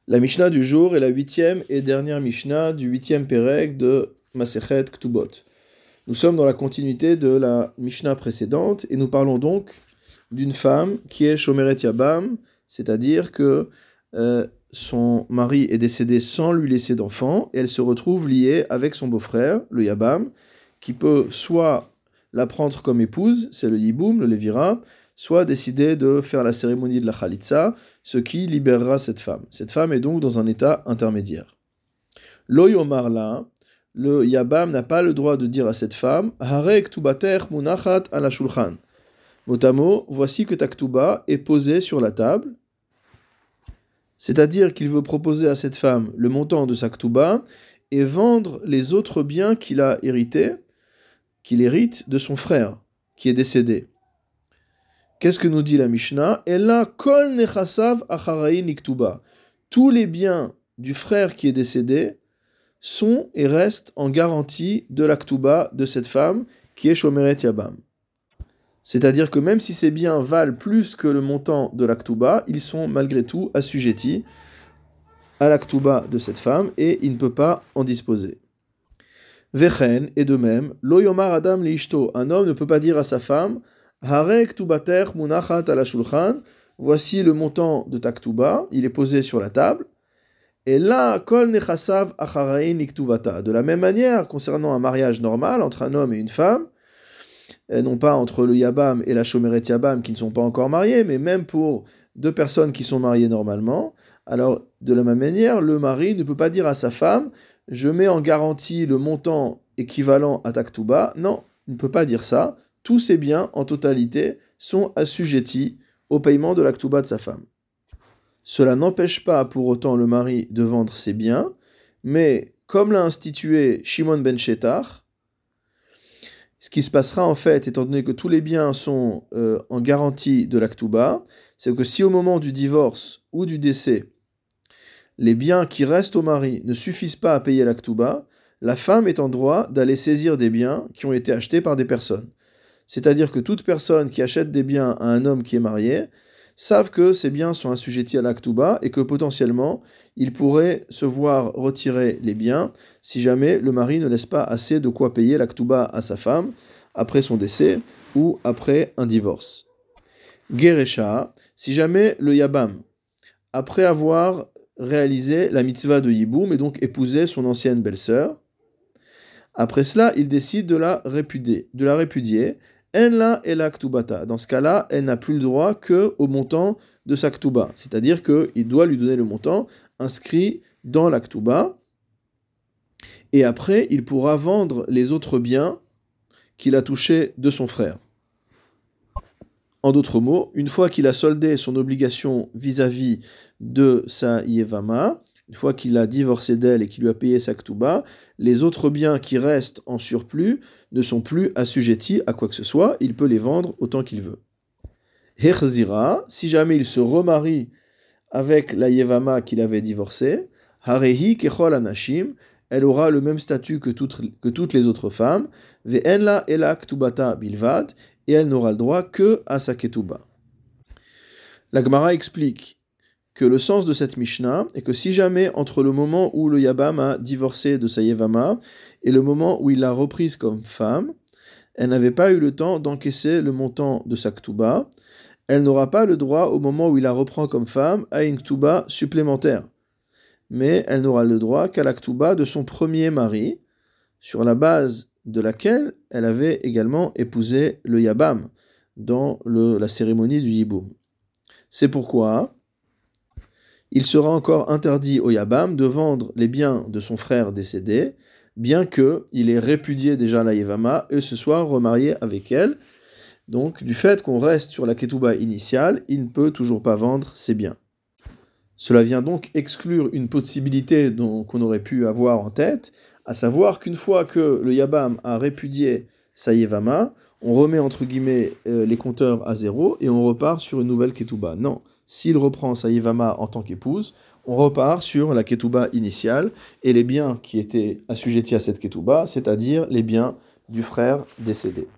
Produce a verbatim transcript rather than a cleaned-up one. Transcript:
La Mishnah du jour est la huitième et dernière Mishnah du huitième Pérek de Masechet Ktubot. Nous sommes dans la continuité de la Mishnah précédente et nous parlons donc d'une femme qui est Shomeret Yabam, c'est-à-dire que euh, son mari est décédé sans lui laisser d'enfant et elle se retrouve liée avec son beau-frère, le Yabam, qui peut soit la prendre comme épouse, c'est le Yiboum, le Lévira, soit décider de faire la cérémonie de la Khalitsa, ce qui libérera cette femme. Cette femme est donc dans un état intermédiaire. Lo yomar la, le Yabam n'a pas le droit de dire à cette femme « Hare ktubater munachat ala shulchan ». Mot à mot, voici que ta ktuba est posée sur la table, c'est-à-dire qu'il veut proposer à cette femme le montant de sa ktuba et vendre les autres biens qu'il a hérités, qu'il hérite de son frère, qui est décédé. Qu'est-ce que nous dit la Mishnah ? Ella kol nechasav acharaï niktuba. Tous les biens du frère qui est décédé sont et restent en garantie de la ktuba de cette femme qui est Shomeret Yabam. C'est-à-dire que même si ces biens valent plus que le montant de la ktuba, ils sont malgré tout assujettis à la ktuba de cette femme et il ne peut pas en disposer. Vechen, et de même, lo yomar adam liishto, un homme ne peut pas dire à sa femme Hare ktubater munachat ala shulchan, voici le montant de ta ktuba, il est posé sur la table. Et là, kol nechasav acharain niktuvata. De la même manière, concernant un mariage normal entre un homme et une femme, et non pas entre le Yabam et la Shomeret Yabam qui ne sont pas encore mariés, mais même pour deux personnes qui sont mariées normalement, alors de la même manière, le mari ne peut pas dire à sa femme je mets en garantie le montant équivalent à ta ktuba. Non, il ne peut pas dire ça. Tous ces biens, en totalité, sont assujettis au paiement de la ktuba de sa femme. Cela n'empêche pas pour autant le mari de vendre ses biens, mais comme l'a institué Shimon ben Shetar, ce qui se passera en fait, étant donné que tous les biens sont euh, en garantie de la ktuba, c'est que si au moment du divorce ou du décès, les biens qui restent au mari ne suffisent pas à payer la ktuba, la femme est en droit d'aller saisir des biens qui ont été achetés par des personnes. C'est-à-dire que toute personne qui achète des biens à un homme qui est marié savent que ces biens sont assujettis à la ktuba et que potentiellement, il pourrait se voir retirer les biens si jamais le mari ne laisse pas assez de quoi payer la ktuba à sa femme après son décès ou après un divorce. Geresha, si jamais le Yabam, après avoir réalisé la mitzvah de Yiboum et donc épousé son ancienne belle-sœur, après cela, il décide de la répudier, de la répudier. En la et la ktubata. Dans ce cas-là, elle n'a plus le droit qu'au montant de sa ktuba. C'est-à-dire qu'il doit lui donner le montant inscrit dans la ktuba. Et après, il pourra vendre les autres biens qu'il a touchés de son frère. En d'autres mots, une fois qu'il a soldé son obligation vis-à-vis de sa yevama, une fois qu'il a divorcé d'elle et qu'il lui a payé sa ktuba, les autres biens qui restent en surplus ne sont plus assujettis à quoi que ce soit, il peut les vendre autant qu'il veut. Herzira, si jamais il se remarie avec la yevama qu'il avait divorcée, harehi kechol anashim, elle aura le même statut que toutes, que toutes les autres femmes, ve'enla ela ktubata bilvad, et elle n'aura le droit que à sa ketuba. La Gemara explique que le sens de cette Mishnah est que si jamais entre le moment où le Yabam a divorcé de sa Yevama et le moment où il l'a reprise comme femme, elle n'avait pas eu le temps d'encaisser le montant de sa ktuba, elle n'aura pas le droit au moment où il la reprend comme femme à une ktuba supplémentaire. Mais elle n'aura le droit qu'à la ktuba de son premier mari, sur la base de laquelle elle avait également épousé le Yabam dans le, la cérémonie du Yiboum. C'est pourquoi il sera encore interdit au Yabam de vendre les biens de son frère décédé, bien qu'il ait répudié déjà la Yevama et se soit remarié avec elle. Donc, du fait qu'on reste sur la ketouba initiale, il ne peut toujours pas vendre ses biens. Cela vient donc exclure une possibilité dont, qu'on aurait pu avoir en tête, à savoir qu'une fois que le Yabam a répudié sa Yevama, on remet entre guillemets euh, les compteurs à zéro et on repart sur une nouvelle ketouba. Non. S'il reprend sa Yevama en tant qu'épouse, on repart sur la ketouba initiale et les biens qui étaient assujettis à cette ketouba, c'est-à-dire les biens du frère décédé.